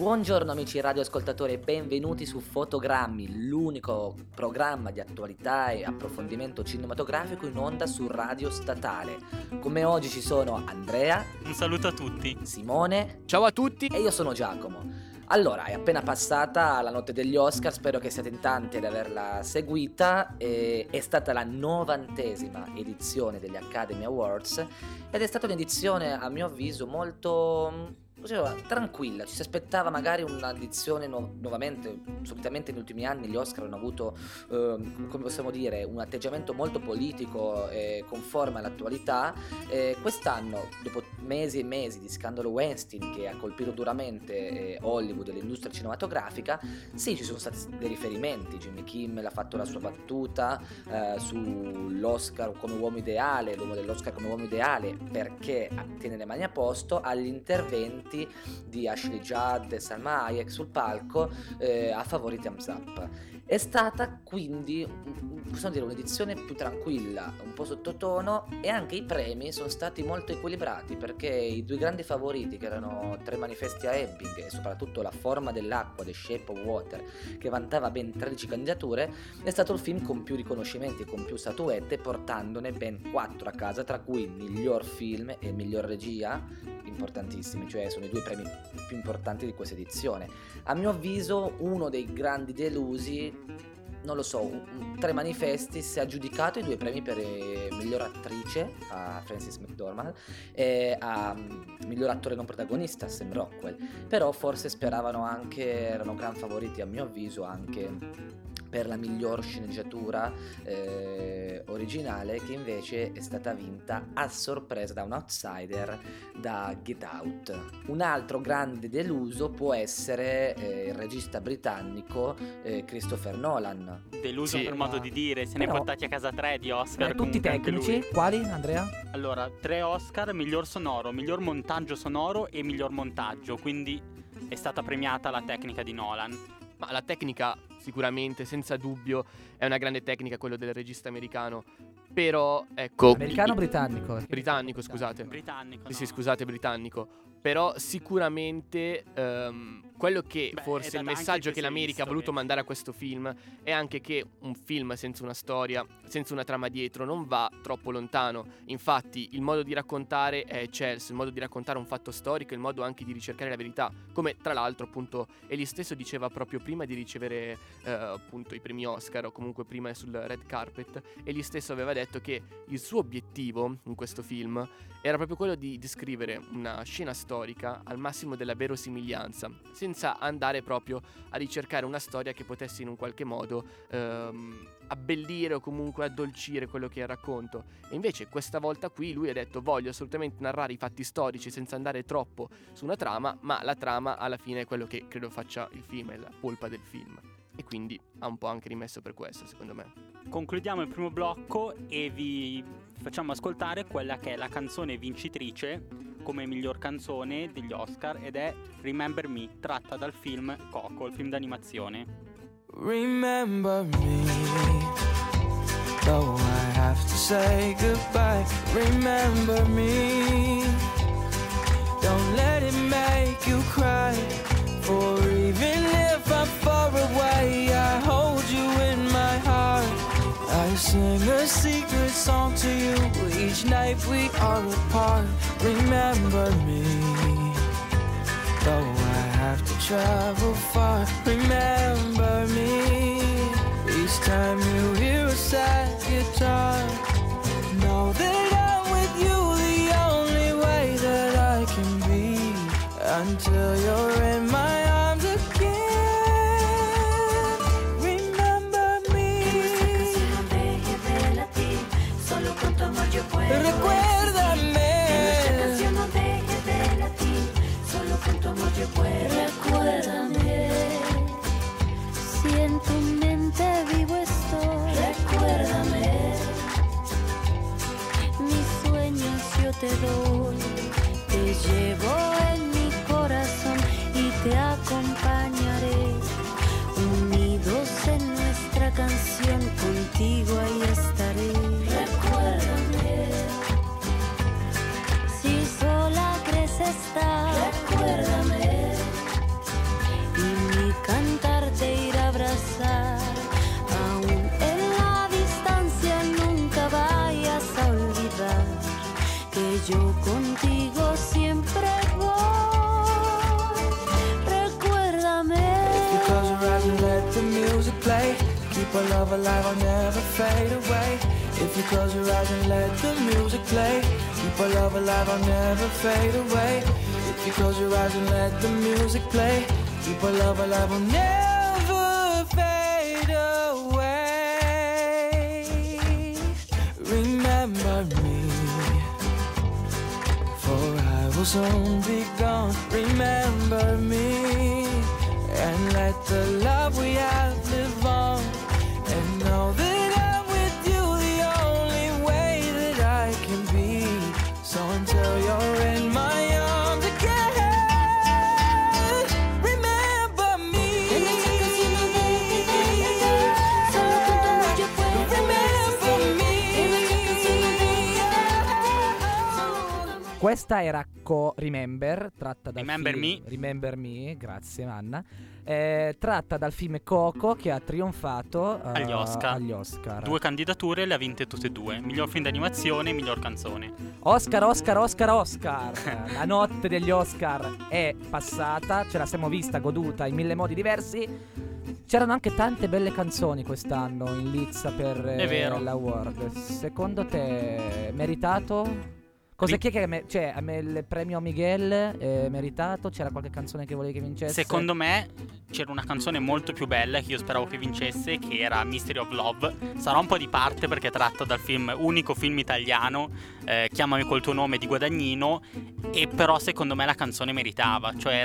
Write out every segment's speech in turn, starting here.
Buongiorno amici radioascoltatori e benvenuti su Fotogrammi, l'unico programma di attualità e approfondimento cinematografico in onda su Radio Statale. Con me oggi ci sono Andrea. Un saluto a tutti. Simone. Ciao a tutti. E io sono Giacomo. Allora, è appena passata la notte degli Oscar, spero che siate in tanti ad averla seguita. È stata la 90ª edizione degli Academy Awards ed è stata un'edizione a mio avviso molto tranquilla. Ci si aspettava magari un'edizione nuovamente. Solitamente negli ultimi anni gli Oscar hanno avuto come possiamo dire un atteggiamento molto politico e conforme all'attualità. Quest'anno, dopo mesi e mesi di scandalo Weinstein che ha colpito duramente Hollywood e l'industria cinematografica, sì, ci sono stati dei riferimenti. Jimmy Kimmel ha fatto la sua battuta sull'Oscar come uomo ideale, l'uomo dell'Oscar come uomo ideale, perché tiene le mani a posto, agli interventi di Ashley Judd e Salma Hayek sul palco a favore di Thumbs Up. È stata quindi, possiamo dire, un'edizione più tranquilla, un po' sottotono, e anche i premi sono stati molto equilibrati, perché i due grandi favoriti, che erano Tre manifesti a Ebbing e soprattutto La forma dell'acqua, The Shape of Water, che vantava ben 13 candidature, è stato il film con più riconoscimenti e con più statuette, portandone ben 4 a casa, tra cui miglior film e miglior regia, importantissimi, cioè sono i due premi più importanti di questa edizione. A mio avviso uno dei grandi delusi, non lo so, Tre manifesti si è aggiudicato i 2 premi per miglior attrice a Frances McDormand e a miglior attore non protagonista a Sam Rockwell, però forse speravano anche, erano gran favoriti a mio avviso anche per la miglior sceneggiatura originale, che invece è stata vinta a sorpresa da un outsider, da Get Out. Un altro grande deluso può essere il regista britannico Christopher Nolan. Deluso per modo di dire, se ne Però, portati a casa 3 di Oscar. Tutti tecnici? Quali, Andrea? Allora, 3 Oscar, miglior sonoro, miglior montaggio sonoro e miglior montaggio, quindi è stata premiata la tecnica di Nolan. Ma la tecnica sicuramente, senza dubbio, è una grande tecnica, quello del regista americano. Però, ecco... Americano o britannico? Britannico, scusate. Britannico, Sì, no. scusate, britannico. Però sicuramente quello che forse il messaggio che l'America ha voluto mandare a questo film è anche che un film senza una storia, senza una trama dietro, non va troppo lontano. Infatti il modo di raccontare è eccelso, il modo di raccontare un fatto storico, il modo anche di ricercare la verità, come tra l'altro appunto egli stesso diceva proprio prima di ricevere appunto i premi Oscar, o comunque prima sul red carpet. Egli stesso aveva detto che il suo obiettivo in questo film era proprio quello di descrivere una scena storica al massimo della verosimiglianza, senza andare proprio a ricercare una storia che potesse in un qualche modo abbellire o comunque addolcire quello che è il racconto. E invece questa volta qui lui ha detto: voglio assolutamente narrare i fatti storici senza andare troppo su una trama, ma la trama alla fine è quello che credo faccia il film, è la polpa del film. E quindi ha un po' anche rimesso per questo, secondo me. Concludiamo il primo blocco e vi facciamo ascoltare quella che è la canzone vincitrice come miglior canzone degli Oscar, ed è Remember Me, tratta dal film Coco, il film d'animazione. Remember me, though I have to say goodbye. Remember me, don't let it make you cry. For even if I'm far away, I hold you in my heart. I sing a secret song to you each night we are apart. Remember me, though I have to travel far. Remember me, each time you hear a sad guitar. Know that I'm with you the only way that I can be, until you're in my arms again. Remember me. Recuérdame. Recuérdame, si en tu mente vivo estoy. Recuérdame, mis sueños yo te doy, te llevo en mi corazón y Keep our love alive, I'll never fade away. If you close your eyes and let the music play. Keep our love alive, I'll never fade away. If you close your eyes and let the music play. Keep our love alive, I'll never fade away. Remember me, for I will soon be gone. Remember me, and let the love we have live on. And know that I'm with you the only way that I can be. So until you're in my arms again, remember me. En esa canción no debes dejar, solo cantando yo puedo Remember me. En esa canción no debes dejar. Questa era Remember, tratta dal Remember film Me. Remember Me, grazie Anna. Tratta dal film Coco, che ha trionfato Agli Oscar. 2 candidature le ha vinte tutte e 2. Miglior film d'animazione e miglior canzone. Oscar. La notte degli Oscar è passata, ce la siamo vista, goduta in mille modi diversi. C'erano anche tante belle canzoni quest'anno in lizza per È vero. l'award. Secondo te meritato? Chi è che il premio Miguel è meritato? C'era qualche canzone che volevi che vincesse? Secondo me c'era una canzone molto più bella che io speravo che vincesse, che era Mystery of Love. Sarà un po' di parte perché è tratto dal unico film italiano, Chiamami col tuo nome, di Guadagnino. E però secondo me la canzone meritava, cioè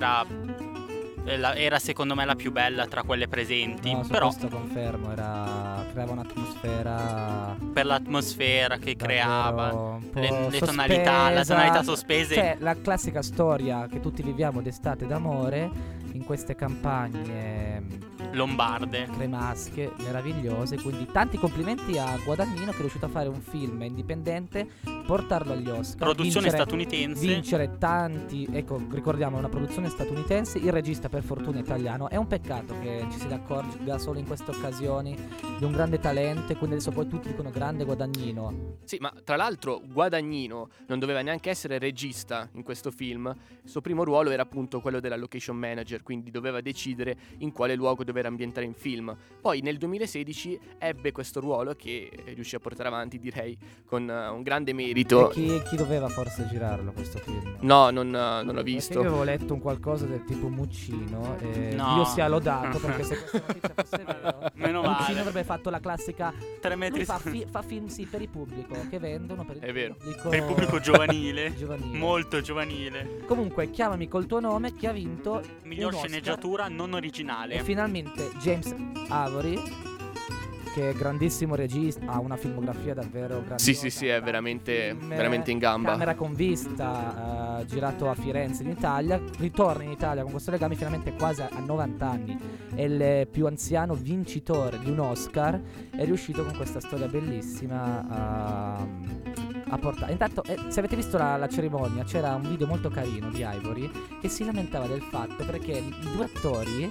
era secondo me la più bella tra quelle presenti. No, su però questo confermo, creava un'atmosfera per l'atmosfera che davvero creava, un po' le tonalità, la tonalità sospese. Cioè la classica storia che tutti viviamo d'estate d'amore in queste campagne lombarde, cremasche, meravigliose. Quindi tanti complimenti a Guadagnino, che è riuscito a fare un film indipendente, portarlo agli Oscar, produzione statunitense, vincere tanti, ecco, ricordiamo, è una produzione statunitense, il regista per fortuna italiano. È un peccato che ci si accorga solo in queste occasioni di un grande talento, e quindi adesso poi tutti dicono grande Guadagnino. Sì, ma tra l'altro Guadagnino non doveva neanche essere regista in questo film. Il suo primo ruolo era appunto quello della location manager, quindi doveva decidere in quale luogo dover ambientare in film. Poi nel 2016 ebbe questo ruolo che riuscì a portare avanti, direi, con un grande merito. E chi doveva forse girarlo questo film? No, non l'ho visto. Perché io avevo letto un qualcosa del tipo Muccino, e No. Dio sia lodato, perché se questa notizia fosse vero, Meno Muccino male. avrebbe fatto la classica 3 metri lui fa film sì per il pubblico, che vendono per il È vero. pubblico, per il pubblico giovanile, giovanile. molto giovanile. Comunque, Chiamami col tuo nome, che ha vinto Miglior un Oscar, sceneggiatura non originale. e finalmente James Avery, che è grandissimo regista, ha una filmografia davvero grandiosa. Sì, è veramente Film, veramente in gamba. Camera con vista, girato a Firenze in Italia, ritorna in Italia con questo legame finalmente quasi a 90 anni. È il più anziano vincitore di un Oscar, è riuscito con questa storia bellissima a portare. Intanto, se avete visto la cerimonia, c'era un video molto carino di Ivory che si lamentava del fatto perché i 2 attori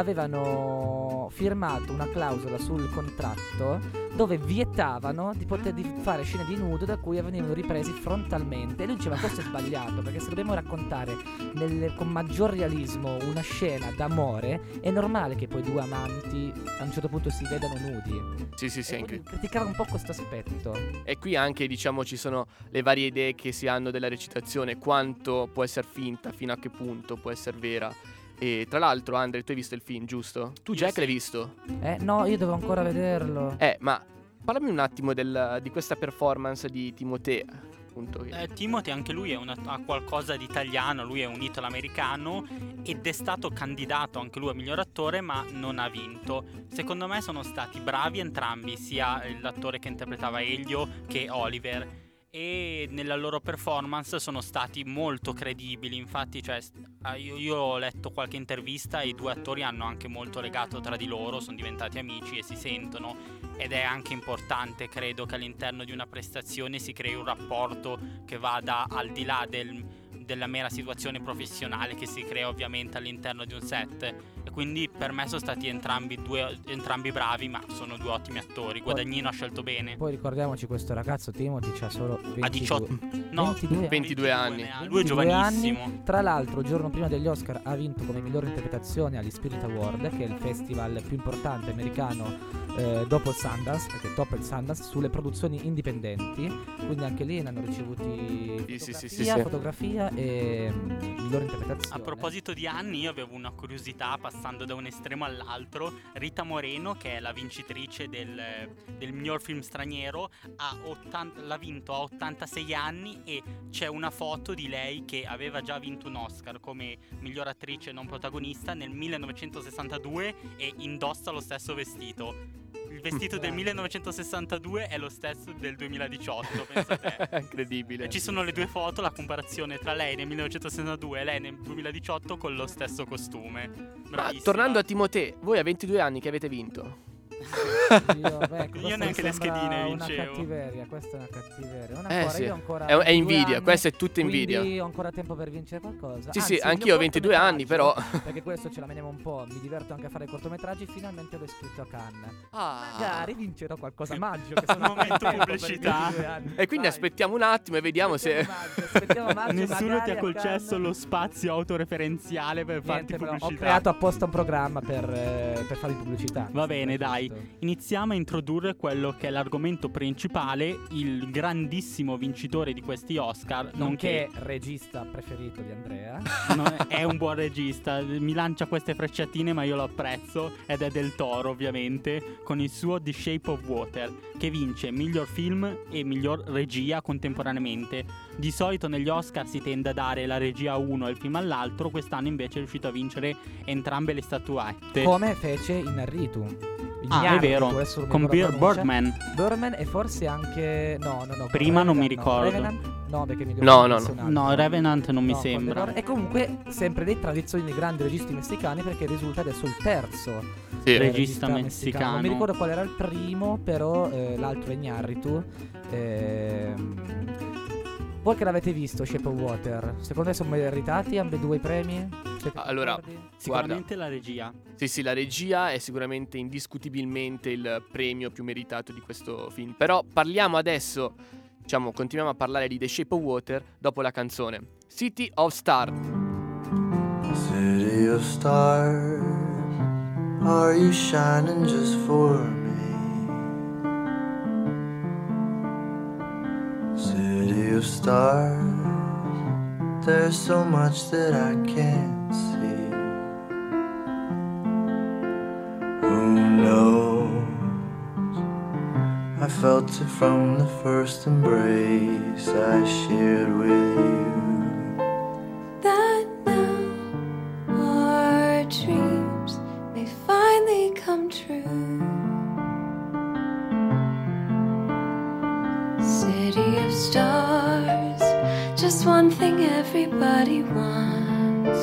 avevano firmato una clausola sul contratto dove vietavano di poter fare scene di nudo da cui venivano ripresi frontalmente, e lui diceva questo è sbagliato, perché se dobbiamo raccontare con maggior realismo una scena d'amore è normale che poi 2 amanti a un certo punto si vedano nudi. Sì, E anche. quindi criticava un po' questo aspetto. E qui anche, diciamo, ci sono le varie idee che si hanno della recitazione, quanto può essere finta, fino a che punto può essere vera. E tra l'altro, Andre, tu hai visto il film, giusto? Tu, Io Jack, sì. l'hai visto? No, io devo ancora vederlo. Ma parlami un attimo di questa performance di Timothée, appunto. Timothy anche lui ha qualcosa di italiano, lui è un italo-americano ed è stato candidato anche lui a miglior attore, ma non ha vinto. Secondo me sono stati bravi entrambi, sia l'attore che interpretava Elio che Oliver, e nella loro performance sono stati molto credibili. Infatti, cioè, io ho letto qualche intervista e i 2 attori hanno anche molto legato tra di loro, sono diventati amici e si sentono, ed è anche importante, credo, che all'interno di una prestazione si crei un rapporto che vada al di là della mera situazione professionale che si crea ovviamente all'interno di un set, e quindi per me sono stati entrambi bravi, ma sono due ottimi attori. Guadagnino ha scelto bene. Poi ricordiamoci, questo ragazzo Timothy c'ha solo 22 anni. Lui è giovanissimo. Tra l'altro, il giorno prima degli Oscar ha vinto come miglior interpretazione agli Spirit Award, che è il festival più importante americano dopo il Sundance, perché toppa il Sundance sulle produzioni indipendenti. Quindi anche lì ne hanno ricevuti fotografia e miglior interpretazione. A proposito di anni, io avevo una curiosità, passando da un estremo all'altro. Rita Moreno, che è la vincitrice del miglior film straniero, l'ha vinto a 86 anni, e c'è una foto di lei che aveva già vinto un Oscar come miglior attrice non protagonista nel 1962 e indossa lo stesso vestito. Il vestito del 1962 è lo stesso del 2018, pensa te. Incredibile. E ci sono le due foto, la comparazione tra lei nel 1962 e lei nel 2018 con lo stesso costume. Ma tornando a Timothée, voi a 22 anni che avete vinto? Io neanche le schedine vincevo. Questa è una cattiveria. Io ancora è invidia, anni, questa è tutta invidia. Quindi ho ancora tempo per vincere qualcosa. Sì, anch'io ho 22 anni, però. Perché questo ce la meniamo un po'. Mi diverto anche a fare cortometraggi. Finalmente l'ho iscritto a Cannes. Magari vincerò qualcosa a maggio. Che sono momento pubblicità. E quindi aspettiamo un attimo e vediamo se. Maggio, nessuno ti ha concesso lo spazio autoreferenziale per farti pubblicità. Ho creato apposta un programma per farvi pubblicità. Va bene, dai. Iniziamo a introdurre quello che è l'argomento principale, il grandissimo vincitore di questi Oscar, nonché regista preferito di Andrea. È un buon regista, mi lancia queste frecciatine ma io lo apprezzo, ed è Del Toro ovviamente, con il suo The Shape of Water, che vince miglior film e miglior regia contemporaneamente. Di solito negli Oscar si tende a dare la regia a uno e il film all'altro, quest'anno invece è riuscito a vincere entrambe le statuette. Come fece Iñárritu. È vero, con Birdman e forse anche no prima non mi ricordo. Revenant non mi sembra. E comunque sempre le tradizioni dei grandi registi messicani, perché risulta adesso il terzo regista messicano. Non mi ricordo qual era il primo, però l'altro è Iñárritu. Voi che l'avete visto, Shape of Water, secondo me sono meritati ambedue i premi? Allora, sicuramente la regia. Sì, la regia è sicuramente indiscutibilmente il premio più meritato di questo film. Però parliamo adesso, continuiamo a parlare di The Shape of Water dopo la canzone City of Stars. City of stars, are you shining just for me? City of stars, there's so much that I can't see. Who knows? I felt it from the first embrace I shared with you. That now our dreams may finally come true. City of stars, just one thing everybody wants.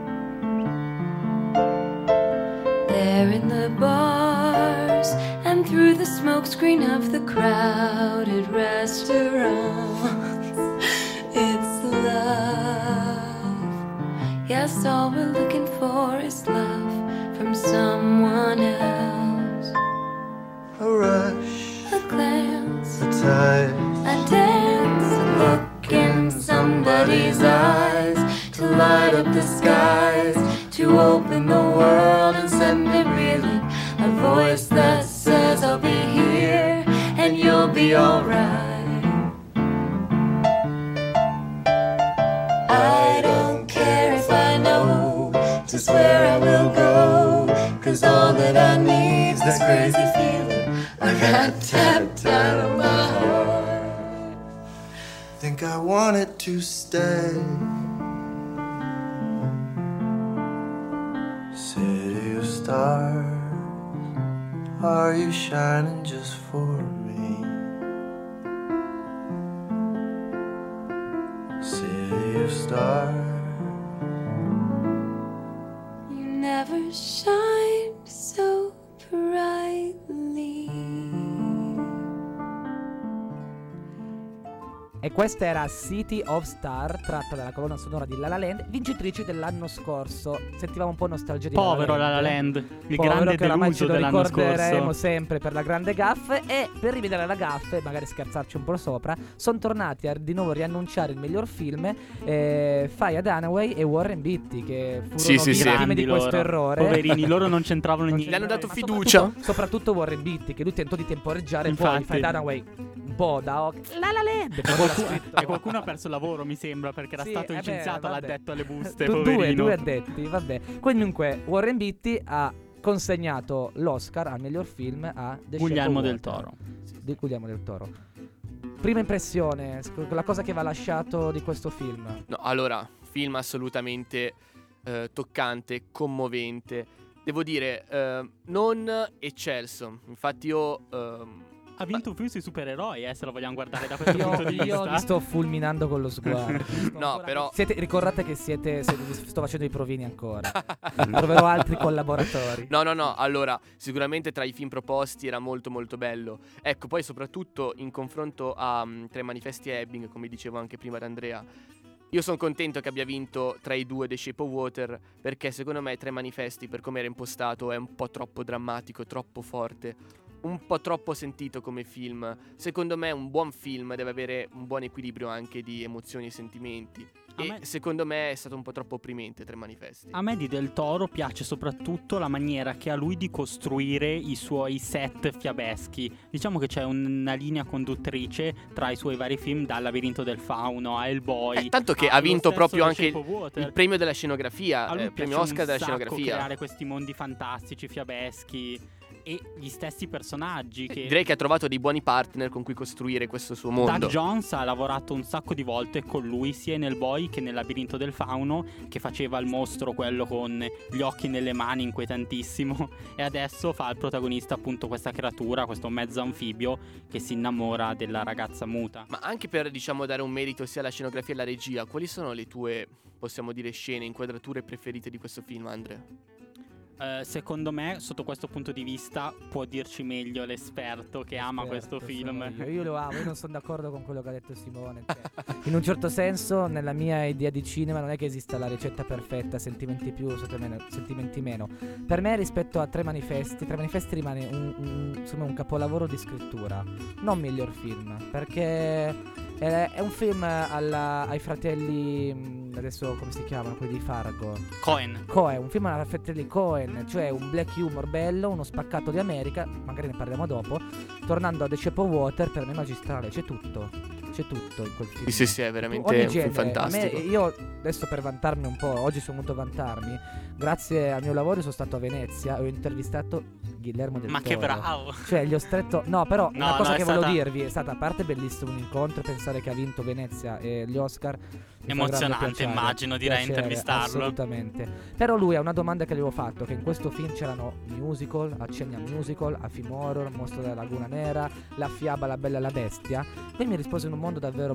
There in the bars and through the smokescreen of the crowded restaurants, it's love. Yes, all we're looking for is love from someone else. A rush, A glance, a touch, a dance, a look in somebody's eyes, to light up the skies, to open the world and send it reeling. A voice that says I'll be here and you'll be alright. I don't care if I know just where I will go, 'cause all that I need's this crazy feeling, a rat-tat-tat of my heart. think I want it to stay. City of stars, are you shining just for me? City of stars, You never shined so brightly. E questa era City of Star, tratta dalla colonna sonora di La La Land, vincitrice dell'anno scorso. Sentivamo un po' nostalgia di Povero La La La Land. Land, il Povero, grande che oramai deluso ce lo dell'anno ricorderemo scorso. sempre per la grande gaffe. E per rivedere la gaffe, magari scherzarci un po' sopra, sono tornati a di nuovo riannunciare il miglior film, Faye Dunaway e Warren Beatty, che furono vittime di questo errore. Poverini, loro non c'entravano niente. Gli hanno dato Ma fiducia. soprattutto Warren Beatty, che lui tentò di temporeggiare. Infatti. Poi Faye Dunaway un po' da La La Land. E qualcuno ha perso il lavoro, mi sembra, perché era Sì, stato beh, licenziato vabbè. l'addetto alle buste. Due Poverino. addetti, vabbè. Comunque Warren Beatty ha consegnato l'Oscar al miglior film a The Guglielmo Shape del of Water, Toro. di Guglielmo del Toro. Prima impressione, la cosa che va lasciato di questo film. No, allora, film assolutamente toccante, commovente. Devo dire, non eccelso. Infatti io... Ha vinto un film sui supereroi, se lo vogliamo guardare da questo punto di Io vista. vi sto fulminando con lo sguardo. No, però... Ricordate che sto facendo i provini ancora. Troverò altri collaboratori. No, allora, sicuramente tra i film proposti era molto molto bello. Ecco, poi soprattutto in confronto a Tre manifesti Ebbing, come dicevo anche prima ad Andrea, io sono contento che abbia vinto tra i due The Shape of Water, perché secondo me Tre manifesti, per come era impostato, è un po' troppo drammatico, troppo forte, un po' troppo sentito come film. Secondo me un buon film deve avere un buon equilibrio anche di emozioni e sentimenti. Secondo me è stato un po' troppo opprimente Tre manifesti. A me di Del Toro piace soprattutto la maniera che ha lui di costruire i suoi set fiabeschi. Diciamo che c'è una linea conduttrice tra i suoi vari film, dal Labirinto del Fauno a Hellboy. Tanto che ha vinto proprio anche il premio della scenografia, a lui il premio Oscar della sacco scenografia. Creare questi mondi fantastici, fiabeschi e gli stessi personaggi che... Direi che ha trovato dei buoni partner con cui costruire questo suo mondo. Doug Jones ha lavorato un sacco di volte con lui, sia nel Boy che nel Labirinto del Fauno, che faceva il mostro, quello con gli occhi nelle mani, inquietantissimo, e adesso fa il protagonista, appunto, questa creatura, questo mezzo anfibio che si innamora della ragazza muta. Ma anche per, diciamo, dare un merito sia alla scenografia che alla regia, quali sono le tue, possiamo dire, scene, inquadrature preferite di questo film, Andrea? Secondo me, sotto questo punto di vista, può dirci meglio l'esperto che ama questo film. Io lo amo, io non sono d'accordo con quello che ha detto Simone. In un certo senso, nella mia idea di cinema, non è che esista la ricetta perfetta, sentimenti più, sentimenti meno. Per me, rispetto a Tre manifesti rimane un capolavoro di scrittura, non miglior film, perché è un film ai fratelli, adesso come si chiamano, quelli di Fargo? Coen, un film ai fratelli Coen, cioè un black humor bello, uno spaccato di America, magari ne parliamo dopo. Tornando a The Shape of Water, per me magistrale, c'è tutto in quel film. Sì, è veramente un film fantastico. Io adesso, per vantarmi un po', oggi sono venuto a vantarmi, grazie al mio lavoro sono stato a Venezia e ho intervistato Guillermo del Toro. Ma che bravo! Cioè gli ho stretto... No, però una cosa che volevo dirvi è stata, a parte bellissimo un incontro, pensare che ha vinto Venezia e gli Oscar, emozionante, immagino, direi, intervistarlo. Assolutamente. Però lui ha una domanda che gli avevo fatto, che in questo film c'erano musical, accenni a musical, a film horror, Mostro della Laguna Nera, La fiaba La Bella e la Bestia. Lui mi rispose in un modo davvero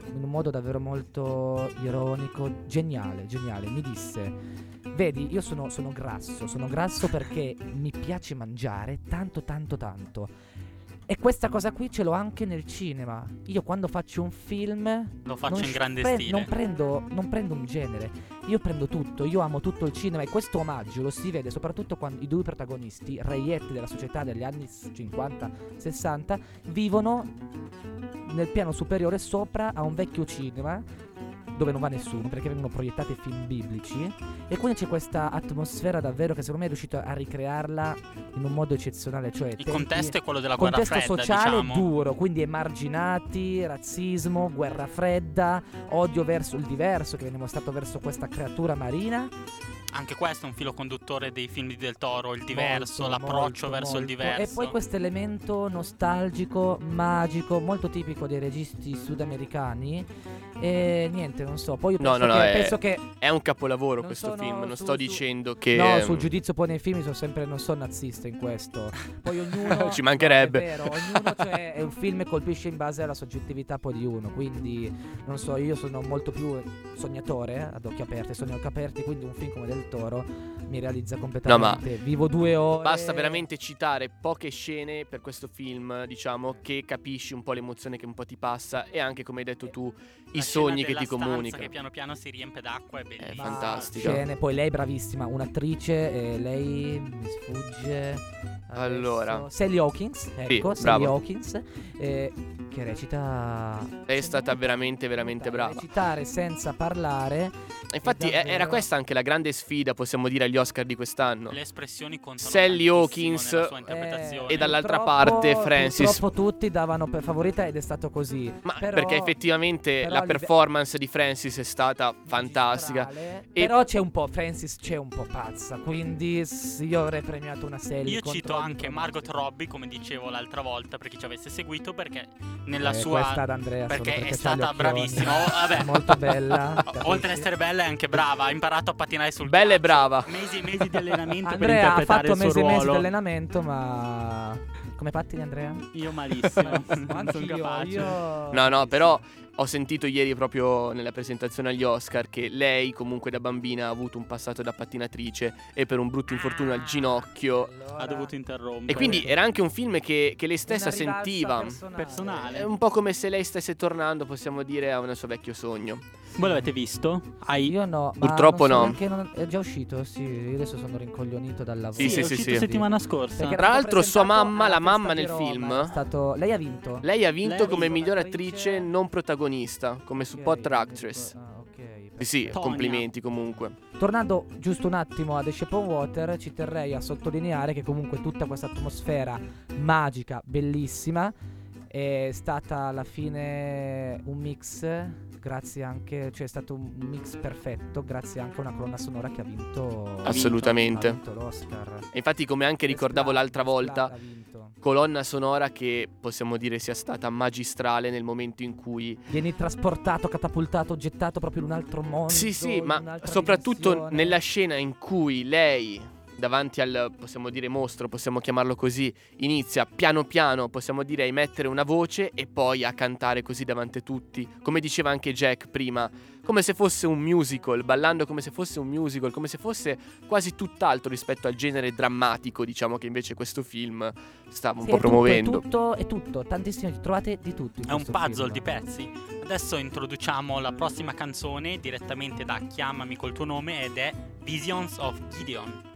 molto ironico, geniale. Mi disse: vedi, io sono grasso perché mi piace mangiare tanto. E questa cosa qui ce l'ho anche nel cinema. Io quando faccio un film lo faccio in grande stile. Non prendo un genere. Io prendo tutto, io amo tutto il cinema. E questo omaggio lo si vede soprattutto quando i due protagonisti, reietti della società degli anni 50-60, vivono nel piano superiore sopra a un vecchio cinema dove non va nessuno, perché vengono proiettati film biblici, e quindi c'è questa atmosfera davvero che secondo me è riuscito a ricrearla in un modo eccezionale. Cioè il contesto è quello della guerra fredda, sociale, diciamo, duro, quindi emarginati, razzismo, guerra fredda, odio verso il diverso che viene mostrato verso questa creatura marina. Anche questo è un filo conduttore dei film di Del Toro, il diverso, l'approccio verso il diverso. E poi questo elemento nostalgico, magico, molto tipico dei registi sudamericani, E niente, non so. Poi io No, penso che è un capolavoro non questo sono film. Non su- sto su- dicendo che no, sul giudizio poi nei film non sono nazista in questo. Poi ognuno Ci mancherebbe. no, è vero, ognuno è un film e colpisce in base alla soggettività poi di uno. Quindi non so, io sono molto più sognatore ad occhi aperti, sogno occhi aperti, quindi un film come Del Toro mi realizza completamente. Vivo 2 ore. basta veramente citare poche scene per questo film, diciamo, che capisci un po' l'emozione che un po' ti passa e anche, come hai detto tu, i sogni che ti comunica. Che piano piano si riempie d'acqua, è bellissimo. È fantastica. Scene, poi lei è bravissima, un'attrice, lei mi sfugge. Allora. adesso. Sally Hawkins, ecco, Sì, Sally bravo. Hawkins, che recita. Lei è stata veramente, veramente brava. Recitare senza parlare. Infatti È davvero- era questa anche la grande sfida, possiamo dire, agli Oscar di quest'anno. Le espressioni contano Sally tantissimo Hawkins nella sua interpretazione. e dall'altra Purtroppo- parte Francis. Purtroppo tutti davano per favorita ed è stato così. Ma Però- perché effettivamente però la a live- performance di Francis è stata fantastica. magistrale. E- Però c'è un po', Francis c'è un po' pazza, quindi io avrei premiato una serie. Io cito anche Margot Robbie, come dicevo l'altra volta, per chi ci avesse seguito, perché nella Questa sua... ad Andrea solo perché è c'ha gli stata occhioni. bravissima. Oh, vabbè. Molto bella. Oltre ad essere bella è anche brava, ha imparato a pattinare sul Bella e ghiaccio. brava. Mesi e mesi di allenamento per Andrea ha interpretare fatto il suo mesi e mesi di ruolo. allenamento, ma come pattini, Andrea? Io malissimo, non sono Anch'io, capace. io- No, però ho sentito ieri proprio nella presentazione agli Oscar che lei comunque da bambina ha avuto un passato da pattinatrice e per un brutto infortunio al ginocchio. Allora, Ha dovuto interrompere. E quindi era anche un film che lei stessa una rivalsa sentiva. personale. È un po' come se lei stesse tornando, possiamo dire, a un suo vecchio sogno. Voi l'avete visto? Io no, ma Purtroppo non so no. neanche- è già uscito, sì. Io adesso sono rincoglionito dal lavoro. Sì, Sì, è sì, uscito sì. settimana scorsa. Perché Tra era l'altro sua presentato mamma, alla la mamma festa di nel Roma, film. è stato... Lei ha vinto. Lei ha vinto Lei ha come vinto miglior attrice- attrice non protagonista, come Ok, support actress. ah, ok, Sì, perfetto. Tonya. complimenti comunque. Tornando giusto un attimo a The Shape of Water, ci terrei a sottolineare che comunque tutta questa atmosfera magica, bellissima, è stata alla fine un mix, grazie anche, cioè è stato un mix perfetto, grazie anche a una colonna sonora che ha vinto Assolutamente. ha vinto l'Oscar. E infatti, come anche ricordavo l'altra volta, ha vinto. colonna sonora che possiamo dire sia stata magistrale nel momento in cui Vieni trasportato, catapultato, gettato proprio in un altro mondo. sì, sì, in ma un'altra soprattutto dimensione. nella scena in cui lei davanti al, possiamo dire, mostro, possiamo chiamarlo così, inizia piano piano, possiamo dire, a emettere una voce e poi a cantare così davanti a tutti, come diceva anche Jack prima, come se fosse un musical, ballando come se fosse un musical, come se fosse quasi tutt'altro rispetto al genere drammatico, diciamo, che invece questo film stava un Sì, po' è tutto, promuovendo. è tutto, tantissimi, trovate di tutto in È un questo puzzle film. di pezzi. Adesso introduciamo la prossima canzone direttamente da Chiamami col tuo nome ed è Visions of Gideon.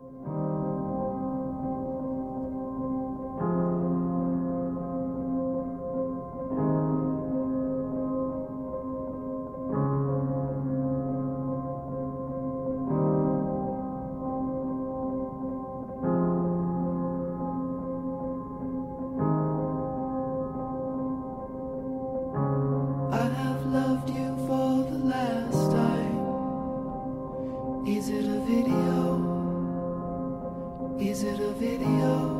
I have loved you for the last time. Is it a video? Is it a video?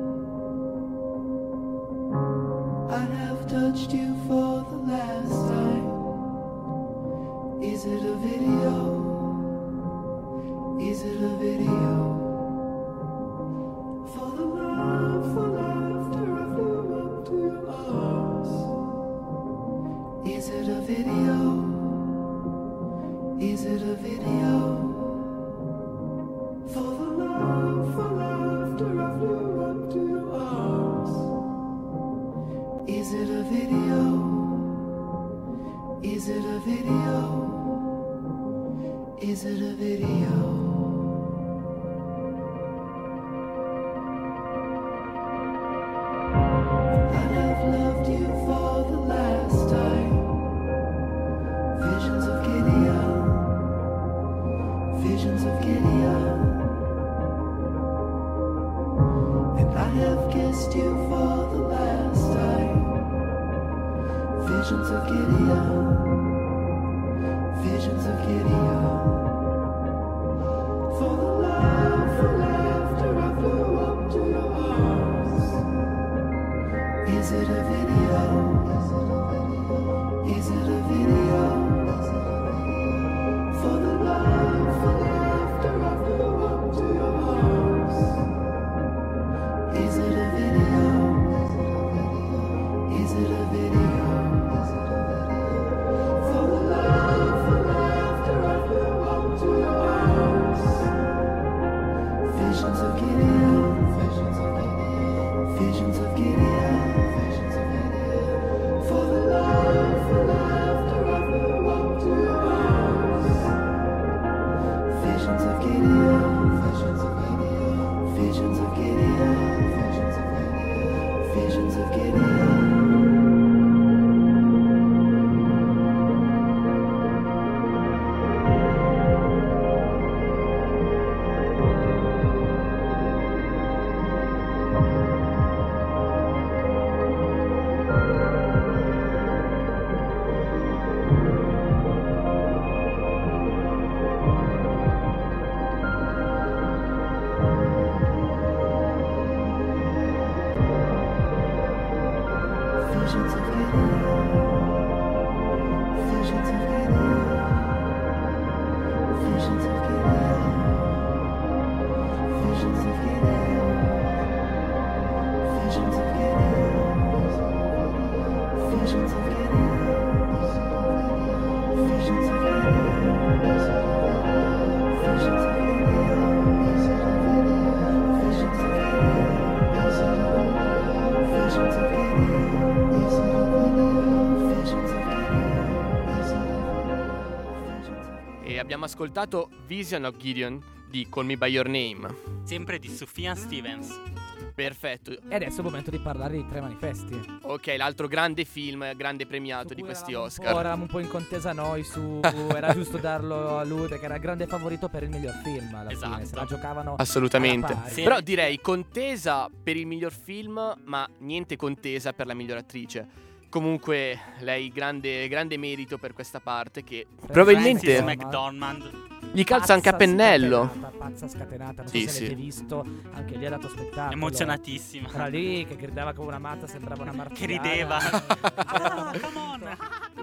I have touched you for the last time. Is it a video? Is it a video? For the love, for laughter, I flew up to your arms. Is it a video? Is it a video? For the love, for laughter, I flew up to your arms. Is it a video? Is it a video? Is it a video? I have loved you for the last time. Visions of Gideon, visions of Gideon. And I have kissed you for the last time. Visions of Gideon, visions of Gideon. For the love, for laughter, I flew up to your arms. Is it a video? Is it a video? E abbiamo ascoltato Vision of Gideon di Call Me By Your Name. Sempre di Sufjan Stevens. Perfetto. E adesso è il momento di parlare di Tre Manifesti. Ok, l'altro grande film, grande premiato di questi Oscar. Eravamo un po' in contesa noi su era giusto darlo a lui perché era il grande favorito per il miglior film alla fine, se la giocavano assolutamente. alla pari. Sì. Però direi contesa per il miglior film, ma niente contesa per la miglior attrice. Comunque lei grande merito per questa parte che probabilmente Frances McDormand. gli calza anche a pennello. Pazza scatenata, non Sì, so se sì. avete visto, anche lì ha dato spettacolo. Emozionatissima. Era lì che gridava come una matta, sembrava una marziana. Che rideva. Ah, come on.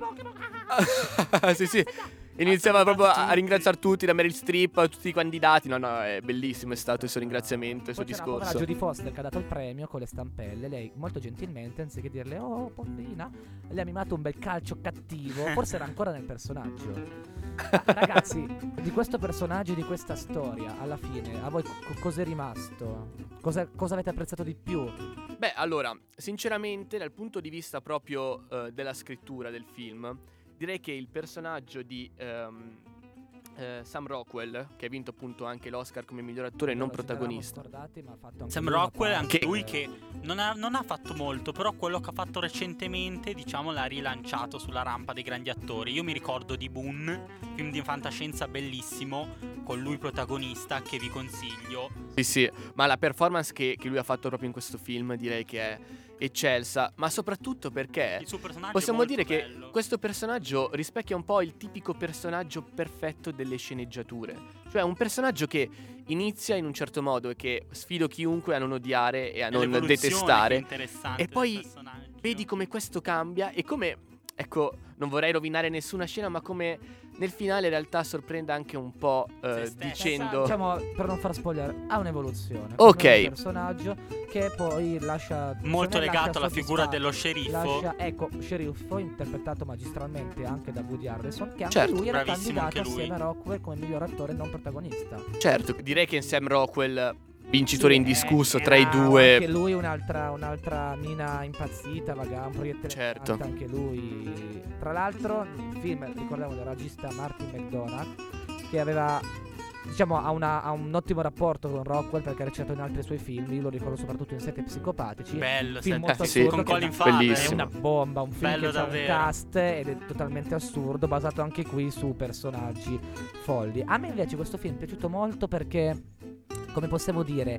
Sì, sì. Iniziava proprio a ringraziare tutti, da Meryl Streep, a tutti i candidati. No, è bellissimo, è stato il suo ringraziamento, il suo Poi c'era la discorso. Jodie Foster che ha dato il premio con le stampelle. Lei molto gentilmente, anziché dirle oh poverina, le ha mimato un bel calcio cattivo. Forse era ancora nel personaggio. Ragazzi, di questo personaggio e di questa storia, alla fine, a voi cos'è rimasto? Cosa avete apprezzato di più? Beh, allora, sinceramente, dal punto di vista proprio della scrittura del film, direi che il personaggio di Sam Rockwell, che ha vinto appunto anche l'Oscar come miglior attore non protagonista. Sam Rockwell, anche lui che non ha fatto molto, però quello che ha fatto recentemente, diciamo, l'ha rilanciato sulla rampa dei grandi attori. Io mi ricordo di Boone, film di fantascienza bellissimo, con lui protagonista, che vi consiglio. Sì, ma la performance che lui ha fatto proprio in questo film direi che è eccelsa, ma soprattutto perché Il suo personaggio possiamo è molto dire bello. che questo personaggio rispecchia un po' il tipico personaggio perfetto delle sceneggiature. Cioè un personaggio che inizia in un certo modo e che sfido chiunque a non odiare e a non l'evoluzione che è detestare. interessante E del poi personaggio. vedi come questo cambia e come, ecco, non vorrei rovinare nessuna scena, ma come nel finale in realtà sorprenda anche un po' Se stesso. dicendo... Diciamo, per non far spoiler, ha un'evoluzione. Ok. Come un personaggio che poi lascia Molto secondo me legato lascia alla figura soddisfatto. dello sceriffo. Ecco, sceriffo interpretato magistralmente anche da Woody Harrelson, che anche Certo, lui era bravissimo candidato anche lui. assieme a Rockwell come miglior attore non protagonista. Certo, direi che Sam Rockwell, vincitore Sì, indiscusso era tra i due... Anche lui un'altra mina impazzita, un proiettile Certo. alto anche lui. Tra l'altro, il film, ricordiamo del regista Martin McDonagh, che aveva, diciamo, ha un ottimo rapporto con Rockwell perché ha recitato in altri suoi film. Io lo ricordo soprattutto in Sette Psicopatici. Bello, film molto sì, assurdo con che Colin è Farrell. bellissimo. una bomba, un film Bello che ha un davvero. cast ed è totalmente assurdo, basato anche qui su personaggi folli. A me invece questo film è piaciuto molto perché, come possiamo dire,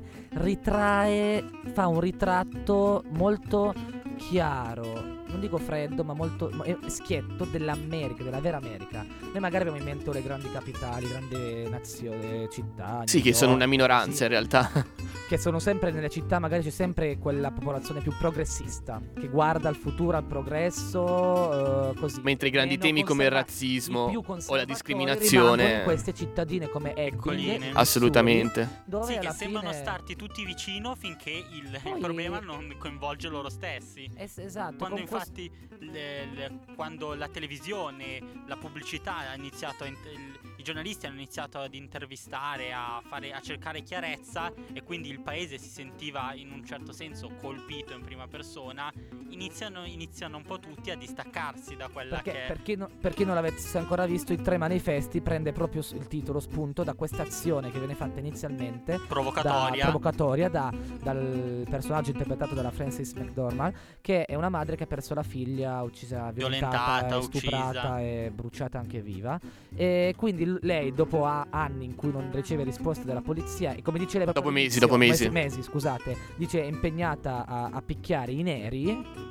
fa un ritratto molto chiaro, non dico freddo, ma molto schietto dell'America, della vera America. Noi magari abbiamo in mente le grandi capitali, grandi nazioni, città. Sì, New che sono York, una minoranza sì, in realtà. che sono sempre nelle città, magari c'è sempre quella popolazione più progressista che guarda al futuro, al progresso, così. Mentre i grandi Meno temi come il conserva- razzismo i più o la conservatori discriminazione. rimangono in queste cittadine come Ebbing, Piccoline. Assolutamente. dove Sì, che alla sembrano fine starti tutti vicino finché il Poi- problema non coinvolge loro stessi. esatto, Quando con infatti quando la televisione, la pubblicità ha iniziato i giornalisti hanno iniziato ad intervistare, a cercare chiarezza, e quindi il paese si sentiva in un certo senso colpito in prima persona, iniziano un po' tutti a distaccarsi da quella perché che per chi non l'avesse ancora visto, i Tre Manifesti prende proprio il titolo spunto da questa azione che viene fatta inizialmente provocatoria. dal personaggio interpretato dalla Frances McDormand, che è una madre che ha perso la figlia, uccisa, Violentata, violentata, stuprata uccisa. e bruciata anche viva. E quindi lei, dopo anni in cui non riceve risposte dalla polizia, e come dice lei proprio Dopo all'inizio, mesi. mesi, scusate, dice è impegnata a picchiare i neri.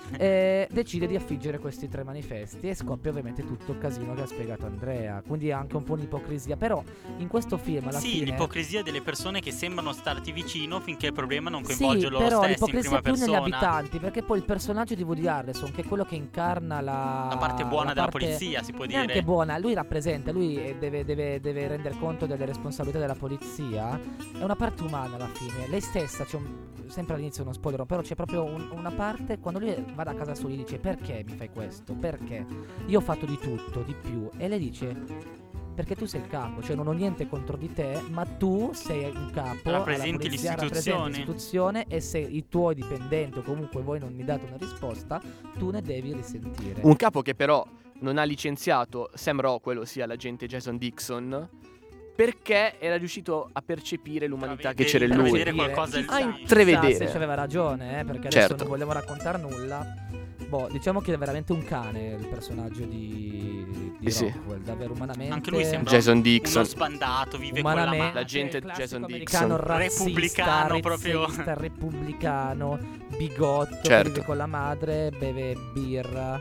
decide di affiggere questi 3 manifesti e scoppia ovviamente tutto il casino che ha spiegato Andrea. Quindi è anche un po' un'ipocrisia. Però in questo film alla fine l'ipocrisia delle persone che sembrano starti vicino finché il problema non coinvolge loro però stessi in l'ipocrisia prima più persona. negli abitanti, perché poi il personaggio di Woody Harrelson, che è quello che incarna la parte buona della polizia, si può dire. Neanche buona, lui rappresenta, lui deve rendere conto delle responsabilità della polizia. È una parte umana alla fine. Lei stessa, sempre all'inizio uno spoiler, però c'è proprio una parte quando lui va da casa sua e dice: perché mi fai questo? Perché? Io ho fatto di tutto, di più. E lei dice: perché tu sei il capo, cioè non ho niente contro di te, ma tu sei un capo, rappresenti l'istituzione, e se i tuoi dipendenti o comunque voi non mi date una risposta, tu ne devi risentire. Un capo che però non ha licenziato Sam Rockwell, ossia l'agente Jason Dixon, perché era riuscito a percepire l'umanità che c'era in lui. Intravedere qualcosa a intravedere. Se aveva ragione, perché adesso certo. non vogliamo raccontare nulla. Diciamo che è veramente un cane il personaggio di Rockwell, davvero umanamente. Anche lui sembra Jason Dixon, uno sbandato, vive con la madre. l'agente Jason Dixon, americano razzista, repubblicano proprio. repubblicano, bigotto, certo. che vive con la madre, beve birra.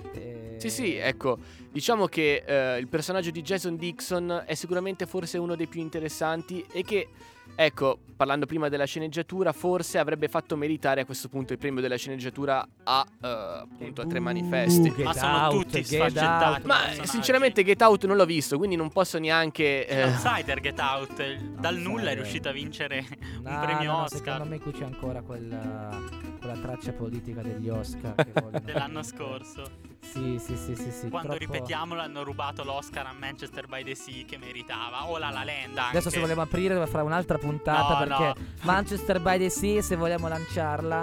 Sì, ecco, diciamo che il personaggio di Jason Dixon è sicuramente forse uno dei più interessanti e che, ecco, parlando prima della sceneggiatura, forse avrebbe fatto meritare a questo punto il premio della sceneggiatura appunto a 3 manifesti. Ma sono tutti sfaccettati. Ma sinceramente Get Out non l'ho visto, quindi non posso neanche Outsider Get Out, dal nulla è riuscito a vincere un premio Oscar. Secondo me qui c'è ancora quella traccia politica degli Oscar che vogliono dell'anno scorso. Sì. Quando ripetiamo l'hanno rubato l'Oscar a Manchester by the Sea che meritava, o La La Land anche. Adesso se vogliamo aprire deve fare un'altra puntata, perché Manchester by the Sea, se vogliamo lanciarla,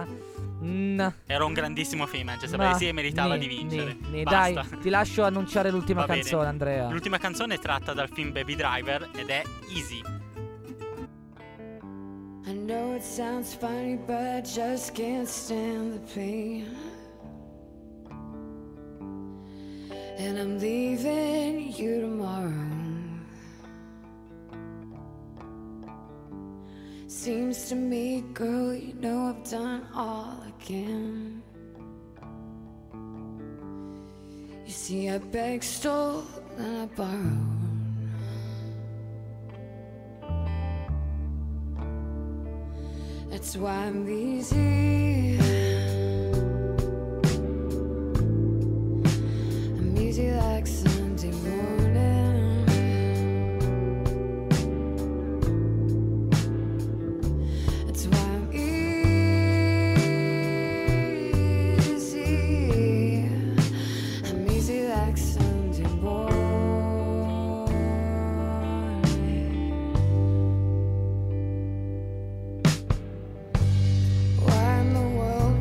era un grandissimo film Manchester by the Sea e meritava di vincere. Dai, ti lascio annunciare l'ultima canzone, Andrea. L'ultima canzone è tratta dal film Baby Driver ed è Easy. I know it sounds funny, but I just can't stand the pain. And I'm leaving you tomorrow. Seems to me, girl, you know I've done all I can. You see, I begged, stole, and I borrowed. That's why I'm easy. I'm easy like Sunday morning. That's why I'm easy. I'm easy like Sunday morning. Why in the world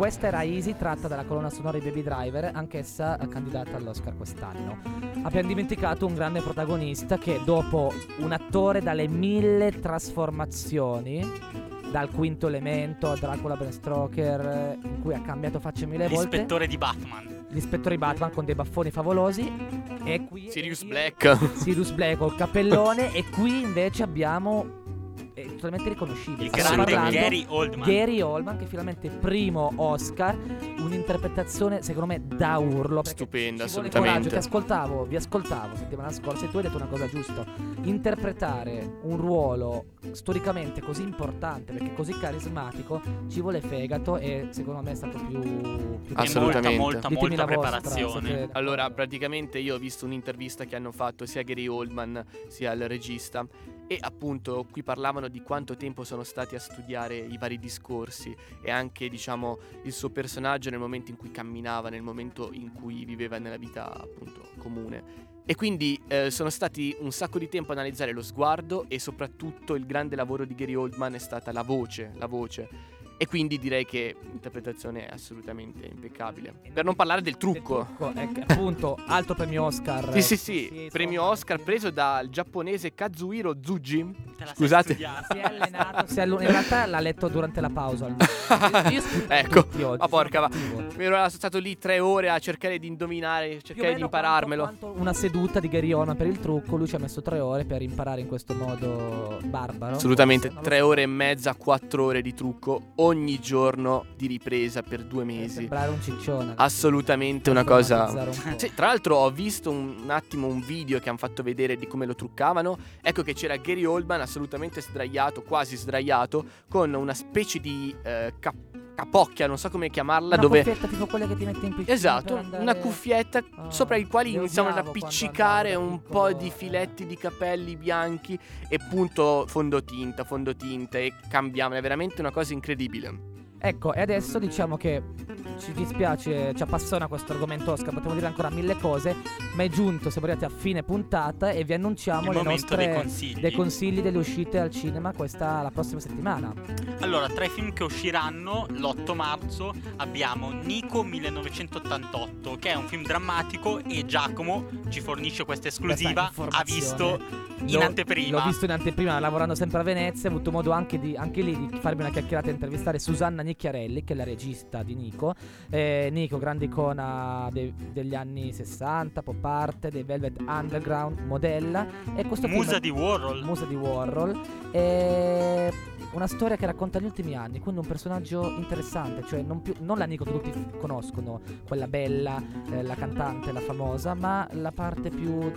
questa era Easy, tratta dalla colonna sonora di Baby Driver, anch'essa candidata all'Oscar quest'anno. Abbiamo dimenticato un grande protagonista che dopo un attore dalle 1000 trasformazioni, dal Quinto Elemento a Dracula Bram Stoker, in cui ha cambiato faccia 1000 volte. L'ispettore di Batman. L'ispettore di Batman con dei baffoni favolosi. E qui Sirius Black. Sirius Black col cappellone. E qui invece abbiamo totalmente riconoscibile. Il grande Gary Oldman. Gary Oldman, che finalmente primo Oscar, un'interpretazione secondo me da urlo. Stupenda, ci vuole assolutamente. coraggio. Vi ascoltavo settimana scorsa e tu hai detto una cosa giusta. Interpretare un ruolo storicamente così importante, perché così carismatico, ci vuole fegato, e secondo me è stato più assolutamente molta Ditemi la vostra, preparazione. siete- Allora, praticamente io ho visto un'intervista che hanno fatto sia Gary Oldman sia il regista, e appunto qui parlavano di quanto tempo sono stati a studiare i vari discorsi e anche, diciamo, il suo personaggio nel momento in cui camminava, nel momento in cui viveva nella vita appunto comune. E quindi sono stati un sacco di tempo a analizzare lo sguardo, e soprattutto il grande lavoro di Gary Oldman è stata la voce. E quindi direi che l'interpretazione è assolutamente impeccabile. Per non parlare del trucco. Appunto, altro premio Oscar. Sì, premio Oscar preso dal giapponese Kazuhiro Tsuji. Te la sei Scusate. studiata. Si è allenato, in realtà l'ha letto durante la pausa. Io Ecco, tutti oggi, ma porca va. sono cattivo. Mi ero stato lì 3 ore a cercare di indovinare, Più o cercare di meno impararmelo. quanto una seduta di Gary Oldman per il trucco, lui ci ha messo 3 ore per imparare in questo modo barbaro. Assolutamente, Forse, non lo 3 so. ore e mezza, 4 ore di trucco ogni giorno di ripresa per 2 Per mesi. sembrare un ciccione. Assolutamente una Per cosa. dramatizzare un po'. Sì, tra l'altro ho visto un attimo un video che hanno fatto vedere di come lo truccavano. Ecco che c'era Gary Oldman assolutamente sdraiato, quasi sdraiato, con una specie di capocchia, non so come chiamarla, Una dove cuffietta tipo quelle che ti metti in piscina. esatto, per andare- una cuffietta sopra i quali le iniziano ad odiavo quando appiccicare andavo da un piccolo, po' di filetti di capelli bianchi e appunto fondotinta e cambiamo, è veramente una cosa incredibile. Ecco, e adesso diciamo che ci dispiace, ci appassiona questo argomento Oscar, potremmo dire ancora 1000 cose, ma è giunto, siamo arrivati a fine puntata e vi annunciamo Il le momento nostre dei consigli delle uscite al cinema la prossima settimana. Allora, tra i film che usciranno l'8 marzo abbiamo Nico 1988, che è un film drammatico, e Giacomo ci fornisce questa esclusiva. Questa Ha visto informazione. in anteprima. L'ho visto in anteprima, lavorando sempre a Venezia, ho avuto modo anche lì di farmi una chiacchierata e intervistare Susanna Nicchiarelli, che è la regista di Nico. Nico, grande icona degli anni 60, pop art, dei Velvet Underground, modella. E questo Musa film, di Warhol. Musa di Warhol. È una storia che racconta gli ultimi anni, quindi un personaggio interessante, cioè non la Nico che tutti conoscono, quella bella, la cantante, la famosa, ma la parte più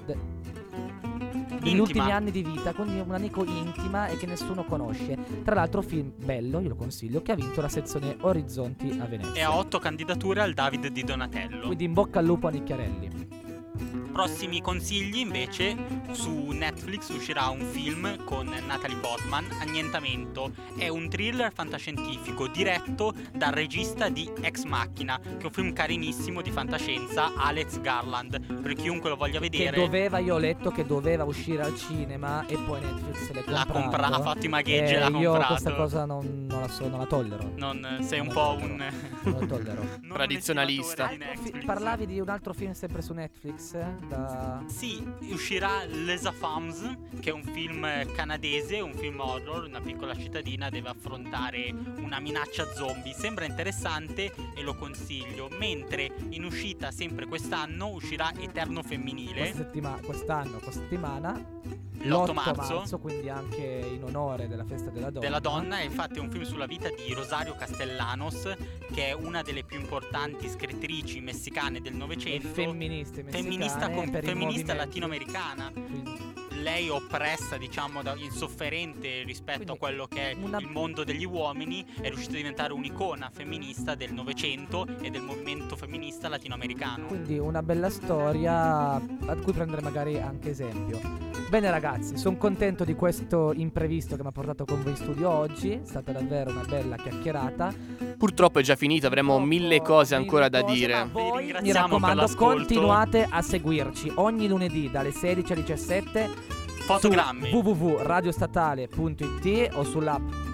negli ultimi anni di vita, quindi una Nico intima e che nessuno conosce. Tra l'altro film bello, io lo consiglio, che ha vinto la sezione Orizzonti a Venezia. E ha 8 candidature al David di Donatello. Quindi in bocca al lupo a Nicchiarelli. Prossimi consigli invece: su Netflix uscirà un film con Natalie Portman, Annientamento. È un thriller fantascientifico diretto dal regista di Ex Machina, che è un film carinissimo di fantascienza, Alex Garland. Per chiunque lo voglia vedere, Io ho letto che doveva uscire al cinema e poi Netflix l'ha comprato, ha fatto i magheggi e l'ha io comprato. questa cosa non la tollero. Non sei un Non po' la un Non la tollero. non un Tradizionalista. estimatore di Netflix. Parlavi di un altro film sempre su Netflix? Sì, uscirà Les Affams, che è un film canadese, un film horror. Una piccola cittadina deve affrontare una minaccia zombie. Sembra interessante e lo consiglio. Mentre in uscita sempre quest'anno uscirà Eterno Femminile. Questa settimana L'8 marzo. quindi anche in onore della festa della donna. E infatti è un film sulla vita di Rosario Castellanos, che è una delle più importanti scrittrici messicane del E Novecento. femminista Femminista latinoamericana. Quindi Lei oppressa, diciamo, insofferente rispetto Quindi a quello che è il mondo degli uomini, è riuscita a diventare un'icona femminista del Novecento e del movimento femminista latinoamericano. Quindi una bella storia a cui prendere magari anche esempio. Bene ragazzi, sono contento di questo imprevisto che mi ha portato con voi in studio oggi. È stata davvero una bella chiacchierata. Purtroppo è già finito, avremo 1000 cose ancora da dire. Ma Vi voi, mi ringraziamo per raccomando, l'ascolto. continuate a seguirci ogni lunedì dalle 16 alle 17 Fotogrammi. su www.radiostatale.it o sull'app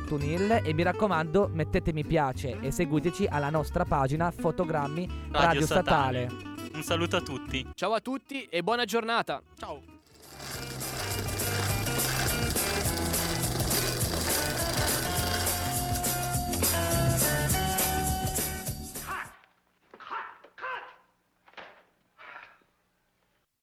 TuneIn e mi raccomando mettete mi piace e seguiteci alla nostra pagina Fotogrammi Radio Statale. Un saluto a tutti. Ciao a tutti e buona giornata. Ciao.